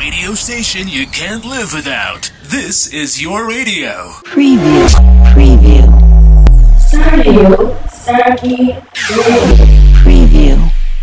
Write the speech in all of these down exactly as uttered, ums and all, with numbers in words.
radio station you can't live without. This is your radio. Preview. Preview. Radio Saki Preview.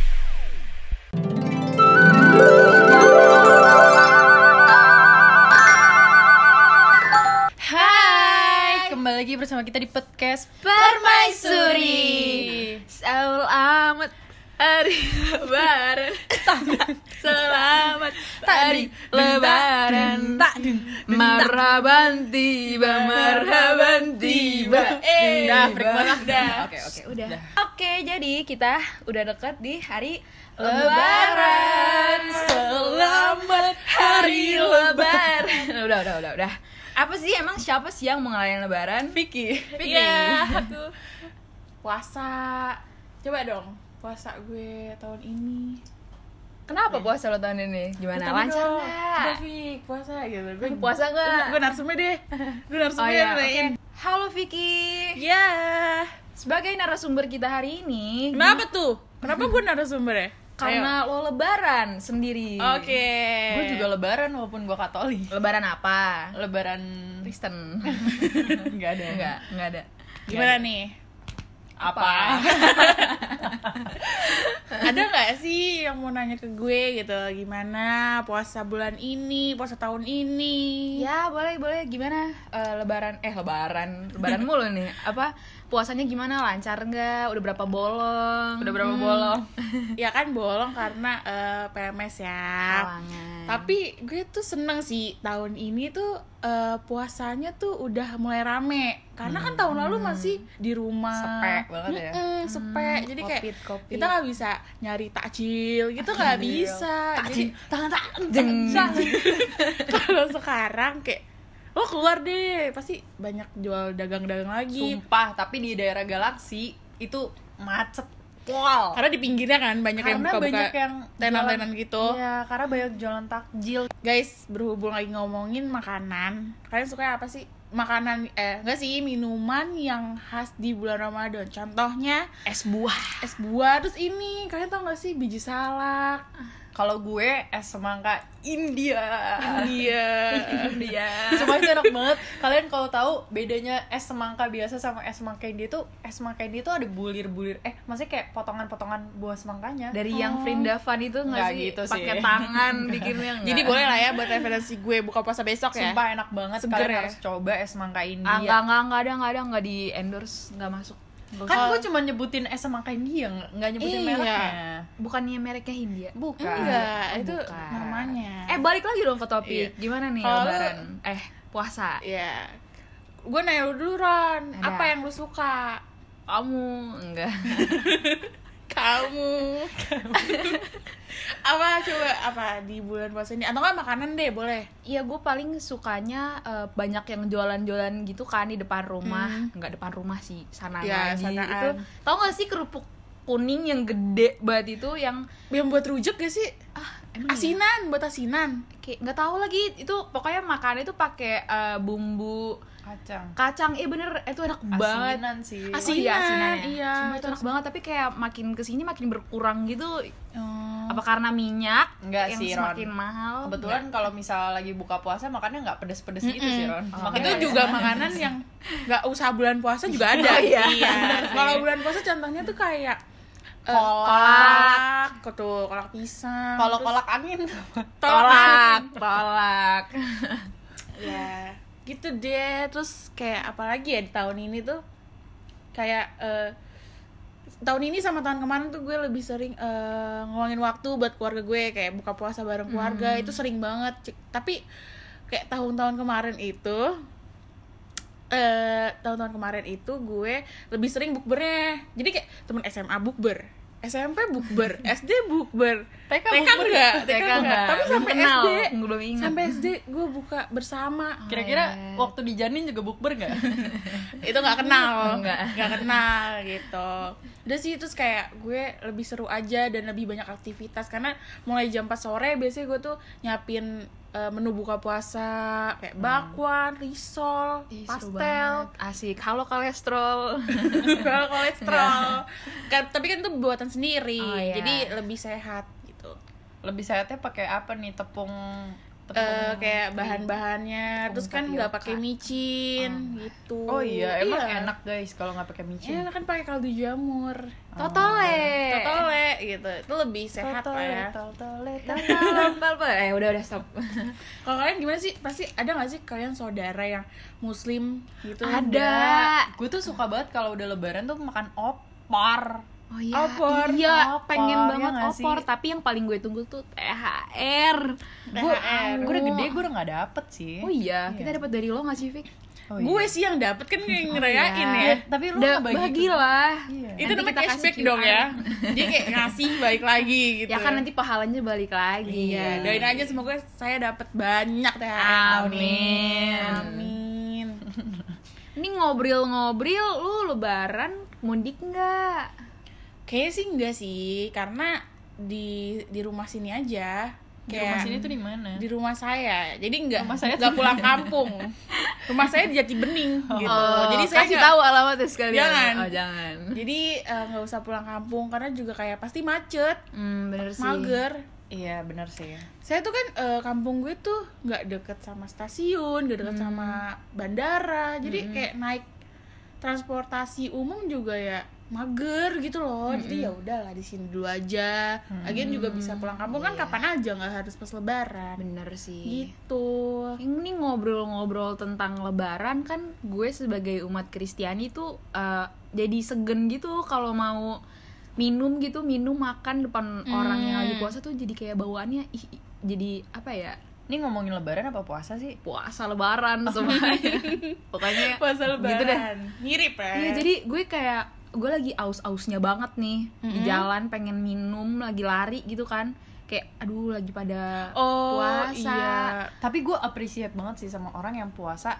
Hai, kembali lagi bersama kita di podcast Permaisuri. Selamat hari Lebaran. Selamat hari Lebaran. Marhaban tiba, marhaban tiba. Eh, udah, freak banget dah. Oke, oke, udah. Oke, jadi kita udah dekat di hari Lebaran. Selamat hari Lebaran. Udah, udah, udah, udah. Apa sih emang siapa sih yang mau ngelayain Lebaran? Vicky. Vicky. Iya, aku puasa. Coba dong, puasa gue tahun ini. Kenapa puasa lo tahun ini? Gimana? Tadi Lancar dong, nggak? coba Fik, puasa gitu. Gue Puasa nggak? Gue narsumnya deh. Gue Oh narsumnya ya, nanya. oke. Halo Vicky. Iya. Sebagai narasumber kita hari ini, Kenapa tuh? Kenapa gue narasumber ya? karena lo Lebaran sendiri. Oke. Gue juga lebaran walaupun gue Katolik. Lebaran apa? Lebaran Kristen. nggak ada. Enggak, enggak ada. Gimana nih? Apa? Ada nggak sih yang mau nanya ke gue gitu? Gimana puasa bulan ini, puasa tahun ini? Ya, boleh, boleh. Gimana? Eh, lebaran, eh Lebaran, Lebaran mulu nih. Apa? Puasanya gimana? Lancar nggak? Udah berapa bolong? Udah berapa bolong? Ya kan bolong karena eh, P M S ya. Halangan. Tapi gue tuh seneng sih tahun ini tuh eh, puasanya tuh udah mulai rame. Karena kan tahun lalu masih di rumah. Sepek banget ya. Mm-mm, sepek. Jadi kayak Kopit, kopit. kita nggak bisa nyari takjil gitu, nggak bisa. Jadi tangan tangan jeng. kalau sekarang kayak lo keluar deh pasti banyak jual dagang-dagang lagi. Sumpah, tapi di daerah Galaksi itu macet. Wow. Karena di pinggirnya kan banyak yang Karena buka-buka banyak yang tenan-tenan gitu. Iya, karena banyak jualan takjil. Guys, berhubung lagi ngomongin makanan, kalian suka apa sih? Makanan, eh enggak sih, minuman yang khas di bulan Ramadan. Contohnya Es buah. es buah. Terus ini, kalian tau gak sih biji salak? Kalau gue es semangka India. Iya. Dia. Semua itu enak banget. Kalian kalau tahu bedanya es semangka biasa sama es semangka India tuh, es semangka India tuh ada bulir-bulir. Eh, maksudnya kayak potongan-potongan buah semangkanya. Dari yang Vrindavan itu nggak Nggak sih? gitu sih. Pakai tangan bikinnya nggak? Jadi boleh lah ya buat referensi gue buka puasa besok ya. Sumpah enak banget. Seger Kalian ya? harus coba es semangka Ah, India. enggak, enggak, enggak ada, enggak ada, enggak di endorse, enggak masuk. Kan gue cuma nyebutin es semangka India, nggak nggak nyebutin Iya. mereknya. Bukannya mereknya Hindia? Bukan. Enggak, Oh, itu bukan. namanya. Eh, balik lagi dong ke topik. Iya. Gimana nih Kalau Lebaran? Eh, puasa. Ya, gue nanya lu dulu Ron, Ada. apa yang lu suka? Kamu enggak? Kamu apa coba apa di bulan puasa ini? Atau nggak makanan deh boleh? Iya, gue paling sukanya eh, banyak yang jualan-jualan gitu kan di depan rumah. Hmm. Enggak depan rumah sih, sana Ya, lagi. sanaan. Itu tau gak sih kerupuk kuning yang gede banget itu yang Yang buat rujak gak sih? ah emang iya? Asinan, buat asinan. Kayak nggak tahu lagi itu, pokoknya makan itu pakai eh, bumbu Kacang. kacang. Iya bener, itu enak banget. Asinan sih. Oh Asinan, iya, asinan ya. iya. Cuma itu enak banget, tapi kayak makin kesini makin berkurang gitu. Oh. Apa karena minyak Enggak yang sih, Ron. semakin mahal? Kebetulan kalau misal lagi buka puasa makannya nggak pedes-pedes gitu sih, Ron. Oh. Makanya Itu nggak juga bisa. makanan yang nggak usah bulan puasa juga ada. Oh, iya. Kalau bulan puasa contohnya tuh kayak eh, Kolak. kolak, tuh kolak pisang. Kalau terus kolak angin Tolak, tolak. ya gitu deh. Terus kayak apalagi ya di tahun ini tuh kayak eh, tahun ini sama tahun kemarin tuh gue lebih sering eh, ngeluangin waktu buat keluarga gue, kayak buka puasa bareng keluarga. Itu sering banget. Cik. Tapi kayak tahun-tahun kemarin itu eh tahun-tahun kemarin itu gue lebih sering bukbernya. Jadi kayak temen S M A bukber, S M P bukber, S D bukber, T K T K bukber enggak, T K enggak. Tapi Belum sampai kenal, S D, belum ingat. sampai S D gue buka bersama. Kira-kira Oh, iya. waktu di Janin juga bukber nggak? Itu nggak kenal, Enggak. nggak kenal gitu. Udah sih, terus kayak gue lebih seru aja dan lebih banyak aktivitas karena mulai jam empat sore biasanya gue tuh nyiapin uh, menu buka puasa kayak bakwan, risol, Ih, seru pastel. banget. Asik. Halo kolesterol. Kalau kolesterol kan, tapi kan itu buatan sendiri, Oh, iya. jadi lebih sehat gitu. Lebih sehatnya pakai apa nih? Tepung eh, kayak bahan-bahannya, terus kan nggak pakai tapioka. micin gitu. Oh iya, emang Iya. enak guys kalau nggak pakai micin. Enak kan pakai kaldu jamur. Totole. Totole gitu. Itu lebih sehat lah ya. Totole, Totole. Eh udah udah stop. Kalau kalian gimana sih? Pasti ada nggak sih kalian saudara yang muslim gitu? Ada. Gue tuh suka banget kalau udah lebaran tuh makan opor. Oh iya, Opor. iya Opor, pengen ya banget nggak sih? opor. Tapi yang paling gue tunggu tuh T H R. Gue T H R. gue udah gede, gue udah nggak dapet sih. Oh iya, Iya. kita dapat dari lo nggak sih, Fik? Oh, Gue iya. sih yang dapet kan yang ngerayain iya. ya. Tapi lu Udah nggak bagi bagilah. Iya. Itu Nanti namanya kita kasih cashback Q R. dong ya. Jadi kayak ngasih balik lagi gitu. Ya kan nanti pahalanya balik lagi. Iya, doain aja semoga saya dapat banyak T H R. Amin. Amin. Ini ngobrol-ngobrol, lu lebaran mudik nggak? Kayaknya sih enggak sih, karena di di rumah sini aja. Di Kayak rumah sini tuh di mana? di rumah saya. Jadi enggak Rumah saya enggak tuh pulang kampung. Rumah saya di Jati Bening gitu. Jadi saya kasih nggak- tahu alamatnya sekalian. Jangan. Oh, jangan. Jadi eh, nggak usah pulang kampung karena juga kayak pasti macet, Hmm, bener sih. mager. Iya benar sih. Saya tuh kan eh, kampung gue tuh nggak deket sama stasiun, nggak deket sama bandara. Jadi kayak naik transportasi umum juga ya mager gitu loh. Jadi ya udahlah di sini dulu aja. Lagian juga bisa pulang kampung kan kapan aja, nggak harus pas lebaran. Bener sih. Gitu. Ini ngobrol-ngobrol tentang lebaran kan gue sebagai umat Kristiani tuh eh, jadi segen gitu kalau mau minum gitu, minum makan depan orang yang lagi puasa tuh jadi kayak bawaannya ih, ih, jadi apa ya? Ini ngomongin lebaran apa puasa sih? Puasa lebaran semuanya. Pokoknya Puasa lebaran. gitu deh. Mirip ya. Iya, jadi gue kayak gue lagi aus-ausnya banget nih di jalan pengen minum, lagi lari gitu kan. Kayak aduh lagi pada oh, puasa. iya. Tapi gue appreciate banget sih sama orang yang puasa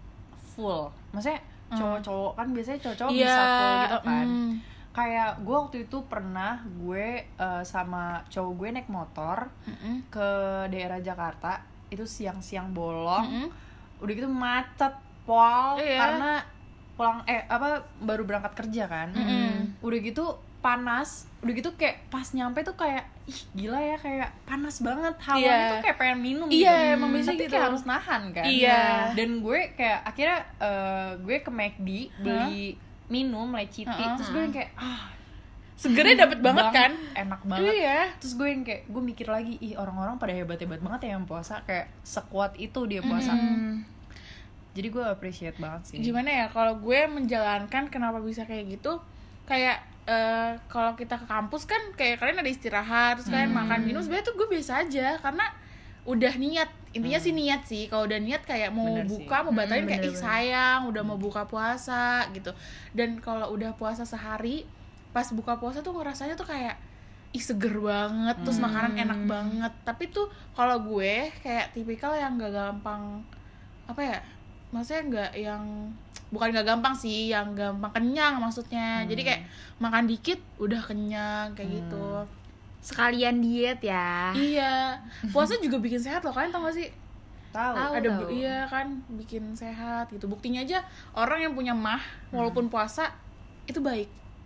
full. Maksudnya cowok-cowok kan biasanya cowok-cowok Iya, bisa full gitu kan. mm. Kayak gue waktu itu pernah gue eh, sama cowok gue naik motor Mm-mm. ke daerah Jakarta. Itu siang-siang bolong. Mm-mm. Udah gitu macet pol Iya. karena pulang eh apa baru berangkat kerja kan. Mm-mm. Udah gitu panas, udah gitu kayak pas nyampe tuh kayak ih gila ya, kayak panas banget hawanya Iya. tuh kayak pengen minum Iya, gitu. emang biasanya Tapi gitu. kayak harus nahan kan. Iya. Dan gue kayak akhirnya eh, gue ke McD beli minum leciti, Uh-uh. terus gue yang kayak ah Segernya dapet banget kan? enak banget. Iya. Terus gue yang kayak gue mikir lagi, ih orang-orang pada hebat-hebat banget ya yang puasa, kayak sekuat itu dia puasa. Hmm. Jadi gue appreciate banget sih. Gimana ya kalau gue menjalankan kenapa bisa kayak gitu? Kayak eh, kalau kita ke kampus kan kayak kalian ada istirahat, terus kalian makan minum, sebenarnya tuh gue biasa aja karena udah niat. Intinya sih niat sih. Kalau udah niat kayak mau Bener buka, sih. mau batalin Hmm, kayak ih bener-bener. sayang, udah mau buka puasa gitu. Dan kalau udah puasa sehari, pas buka puasa tuh ngerasanya tuh kayak ih seger banget, terus makanan enak banget. Tapi tuh kalau gue kayak tipikal yang gak gampang apa ya? Maksudnya nggak yang bukan nggak gampang sih, yang gampang kenyang maksudnya. Jadi kayak makan dikit udah kenyang kayak gitu. Sekalian diet ya. Iya, puasa juga bikin sehat loh, kalian tau gak sih? Tahu. Tahu. Ada bu- iya kan, bikin sehat gitu. Buktinya aja orang yang punya mah walaupun puasa itu baik.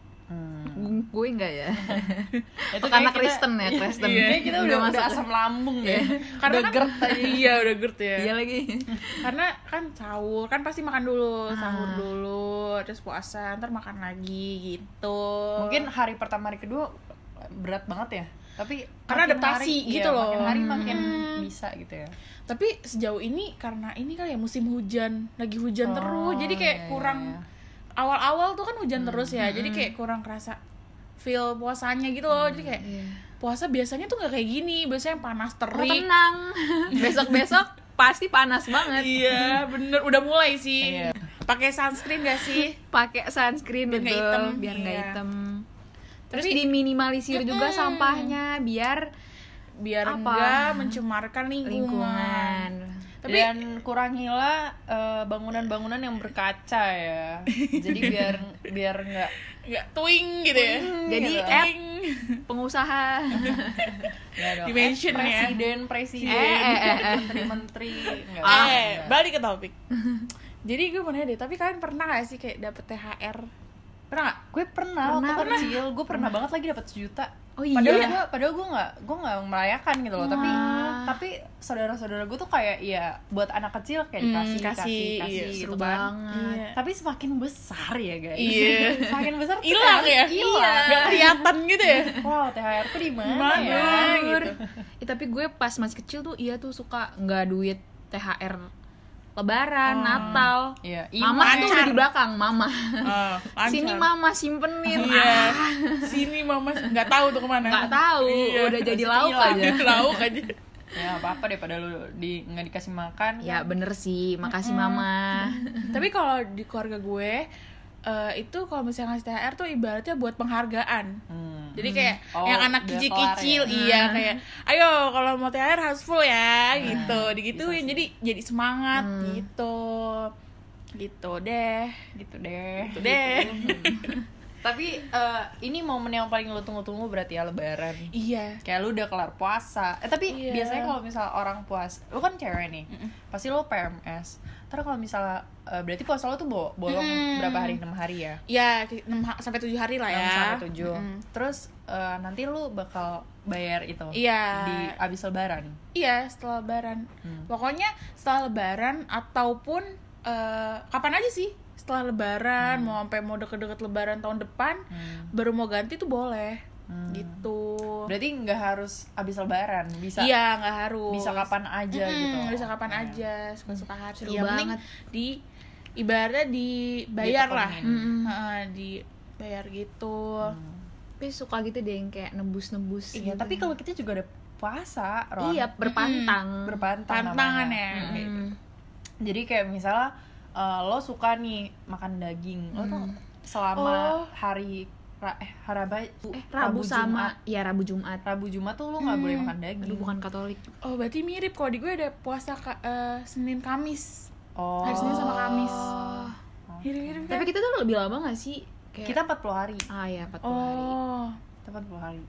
Hmm. Gue enggak ya. Itu Karena kayak kita- Kristen ya, Kristen. Iya, kita udah, masuk. udah asam lambung ya. Karena udah kan, gerd tadi. iya udah gerd ya. Iya lagi. Karena kan sahur kan pasti makan dulu, sahur Ah. dulu, terus puasa, ntar makan lagi gitu. Mungkin hari pertama hari kedua berat banget ya. Tapi Karena makin adaptasi hari, gitu iya, loh. Makin hari makin Hmm. bisa gitu ya. Tapi sejauh ini karena ini kali ya musim hujan, lagi hujan Oh, terus, jadi kayak iya, kurang iya, iya. awal-awal tuh kan hujan terus ya, jadi kayak kurang kerasa feel puasanya gitu loh. Jadi kayak puasa biasanya tuh nggak kayak gini, biasanya panas Oh, terik. tenang. Besok-besok pasti panas banget. Iya bener, udah mulai sih. Iya. Pakai sunscreen gak sih? Pakai sunscreen Biar nggak betul, hitam. biar nggak Iya. hitam. Terus Tapi- diminimalisir juga sampahnya biar Biar Apa? enggak mencemarkan lingkungan. lingkungan. Tapi Dan kurangilah eh, bangunan-bangunan yang berkaca ya. Jadi biar biar nggak nggak twing gitu ya. Jadi gitu. app pengusaha. nggak dong. Dimension Eh, ya. presiden presiden Eh, eh, eh, eh. menteri-menteri nggak. eh, nggak. balik ke topik. Jadi gue mau nanya deh, tapi kalian pernah gak sih kayak dapet T H R? Pernah gak? Gue pernah, Pernah, waktu pernah. kecil, gue pernah banget lagi dapat sejuta. Oh iya. Padahal gue, padahal gue nggak, gue nggak merayakan gitu loh. Tapi, Wah. tapi saudara-saudara gue tuh kayak ya buat anak kecil kayak dikasih Hmm, kasih, kasih iya, kasih seru gitu kan. banget. Iya. Tapi semakin besar ya guys. Iya. Semakin besar tuh Hilang kayak ya? hilang. Nggak kelihatan gitu ya? Wow, T H R ku di mana Mana? ya? gitu. Eh, tapi gue pas masih kecil tuh iya tuh suka nggak duit T H R Lebaran, Natal. Iya, Mama Imlek. tuh udah di belakang, mama. Oh, lancar. Sini mama simpenin. Iya. Sini mama nggak tahu tuh kemana. Nggak tahu, Iya. udah jadi Masih lauk hilang. aja. Lauk aja. Ya apa-apa deh pada lu di nggak dikasih makan. Ya bener sih, makasih mama. Tapi kalau di keluarga gue eh, itu kalau misalnya ngasih T H R tuh ibaratnya buat penghargaan. Hmm. Jadi kayak Oh, yang anak udah kicil-kicil kelar ya? iya kayak ayo kalau mau T H R harus full ya Nah, gitu. Digituin jadi jadi semangat gitu. Gitu deh. Gitu deh. Gitu deh. Tapi eh, ini momen yang paling lu tunggu-tunggu berarti ya Lebaran. Iya. Kayak lu udah kelar puasa. Eh tapi Iya. biasanya kalau misal orang puas, lu kan cewek nih. Pasti lu P M S. Terus kalau misalnya eh, berarti puasa lu tuh bo- bolong Mm. berapa hari? enam hari ya? Iya, enam sampai tujuh hari lah ya. enam sampai tujuh. Mm-mm. Terus eh, nanti lu bakal bayar itu Iya. di abis Lebaran. Iya, setelah lebaran. Hmm. Pokoknya setelah lebaran ataupun eh, kapan aja sih? Setelah lebaran, mau sampai mau deket-deket lebaran tahun depan, Hmm. baru mau ganti tuh boleh. Hmm. Gitu. Berarti nggak harus abis Lebaran, bisa Iya, nggak harus. bisa kapan aja Mm-mm, gitu. Bisa kapan Iya. aja, suka-suka hati. Seru Yang penting banget. di ibaratnya dibayar lah. Dipenuhin. Heeh, dibayar gitu. Tapi suka gitu deh yang kayak nebus-nebus. Iya, gitu. tapi kalau kita juga ada puasa, Ron. iya berpantang. berpantang Tantangan namanya. ya. Mm. Hmm. Jadi kayak misalnya eh, lo suka nih makan daging, lo tuh selama Oh. hari ra- eh hari apa? Eh Rabu sama Jumat. ya Rabu Jumat. Rabu Jumat tuh lo nggak boleh makan daging. Aduh bukan Katolik. Oh, berarti mirip. Kalau di gue ada puasa ka- eh, Senin Kamis. Oh. Hari Senin sama Kamis. Oh. Mirip-mirip kan? Tapi kita tuh lebih lama gak sih? Kayak... Kita empat puluh hari. ah ya empat puluh hari. Oh. Kita empat puluh hari.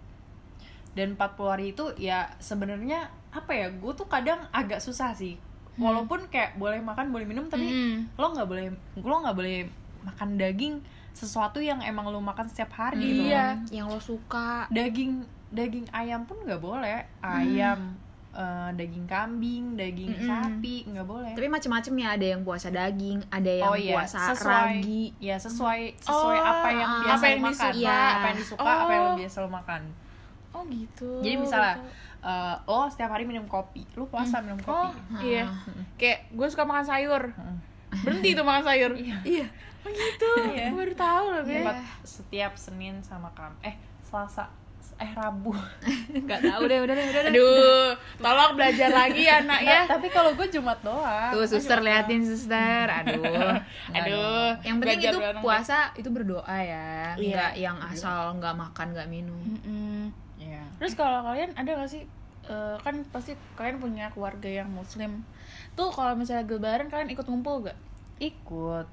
Dan empat puluh hari itu ya sebenarnya apa ya? Gue tuh kadang agak susah sih. Walaupun kayak boleh makan, boleh minum, tapi Mm. lo nggak boleh lo nggak boleh makan daging sesuatu yang emang lo makan setiap hari gitu. Iya. Yang lo suka. Daging daging ayam pun nggak boleh. Ayam, eh, daging kambing, daging Mm-mm. sapi nggak boleh. Tapi macam-macam ya, ada yang puasa daging, ada yang oh iya, puasa sesuai ragi. ya sesuai sesuai Oh, apa yang ah, biasa apa yang lo makan, disuka. apa yang disuka, apa yang lo Oh. biasa lo makan. Oh gitu. Jadi misalnya eh, lo setiap hari minum kopi, lo puasa minum Oh, kopi. iya. Kayak gue suka makan sayur. Berhenti tuh makan sayur. Iya. Oh gitu. Iya. Gue baru tahu loh, Be. Setiap, setiap Senin sama Kam eh Selasa eh Rabu. Gak tau deh, udah deh, udah deh. Aduh, tolong belajar lagi ya, Nak ya. Tapi kalau gue Jumat doang. Tuh suster liatin suster, aduh. Aduh. Yang penting belajar itu bareng. puasa itu berdoa ya, Iya. nggak yang asal nggak makan nggak minum. Mm-mm. Iya. Terus kalau kalian ada gak sih eh, kan pasti kalian punya keluarga yang muslim. Tuh kalau misalnya lebaran kalian ikut ngumpul gak? Ikut.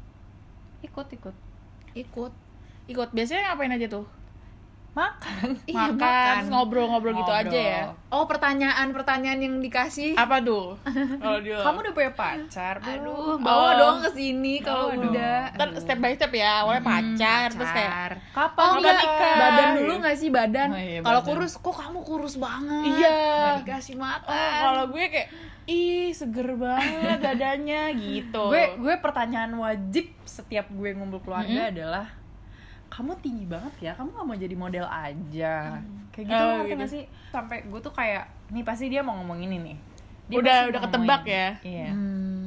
Ikut ikut. Ikut. Ikut. Biasanya ngapain aja tuh? Makan. Iya, makan, makan. terus ngobrol-ngobrol gitu Ngobrol. aja ya. Oh pertanyaan-pertanyaan yang dikasih. Apa tuh? Kalau dia Kamu udah punya pacar? belum? Aduh, bawa Oh. dong ke sini kalau Bawa dong. udah. Ntar step by step ya, awalnya pacar, terus kayak Pacar. Kapan Oh enggak, nikah? badan dulu nggak sih badan? Oh, iya, Kalau badan. kurus, kok kamu kurus banget? Iya. Nggak dikasih Oh, makan. kalau gue kayak ih seger banget dadanya gitu. Gue gue pertanyaan wajib setiap gue ngumpul keluarga adalah kamu tinggi banget ya, kamu gak mau jadi model aja, kayak gitu, Oh, ngerti gitu. gak sih? Sampai gue tuh kayak, nih pasti dia mau ngomong ini nih. Dia Udah- pasti udah mau ketebak ngomongin. ya? Iya. Hmm.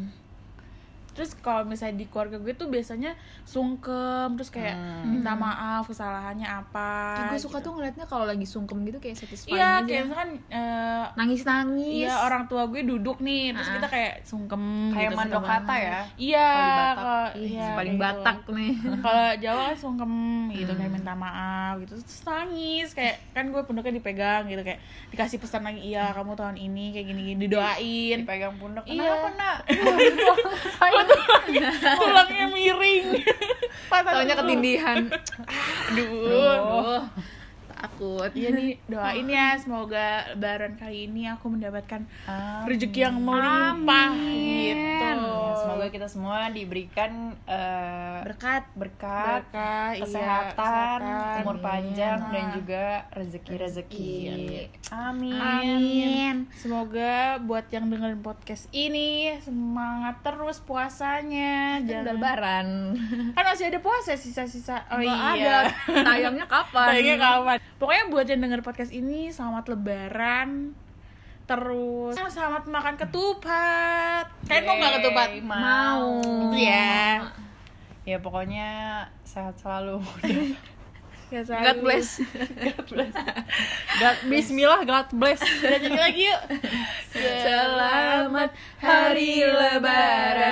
Terus kalau misalnya di keluarga gue tuh biasanya sungkem, terus kayak Hmm. minta maaf kesalahannya apa. Ih, gue suka gitu. tuh ngeliatnya kalau lagi sungkem gitu kayak satisfying Iya, aja. kayak misalkan eh, Nangis-nangis. iya orang tua gue duduk nih, terus Ah. kita kayak sungkem Kayak gitu. mandok sungkem kata ya. Iya, Kalau di Batak. kalau Ih, iya, paling kayak Batak gitu. nih. Kalau Jawa kan sungkem gitu, Hmm. kayak minta maaf gitu, terus nangis kayak kan gue pundaknya dipegang gitu, kayak dikasih pesan lagi, iya kamu tahun ini kayak gini-gini, didoain, Dipegang pundak. Iya. Kenapa nak? tulangnya miring, patah Taunya dulu. ketindihan. Aduh. Aduh. Takut. Iya nih, doain ya semoga lebaran kali ini aku mendapatkan Ah, rezeki yang melimpah Amin. gitu. semoga kita semua diberikan eh, berkat berkat, berkah, iya, kesehatan, kesehatan, umur panjang iya. dan juga rezeki-rezeki. Amin. Amin. Semoga buat yang dengerin podcast ini semangat terus puasanya. Jangan Lebaran. kan masih ada puasa sisa-sisa. Oh Nggak iya. ada. Tayangnya kapan? Tayangnya kapan? Pokoknya buat yang denger podcast ini selamat lebaran. Terus selamat makan ketupat. Kalian mau nggak ketupat? Yeay, Mau. Itu ya. Ya pokoknya sehat selalu. Ya, God bless. God bless. God, Bismillah, God bless. Kita nyanyi lagi yuk. Selamat hari lebaran.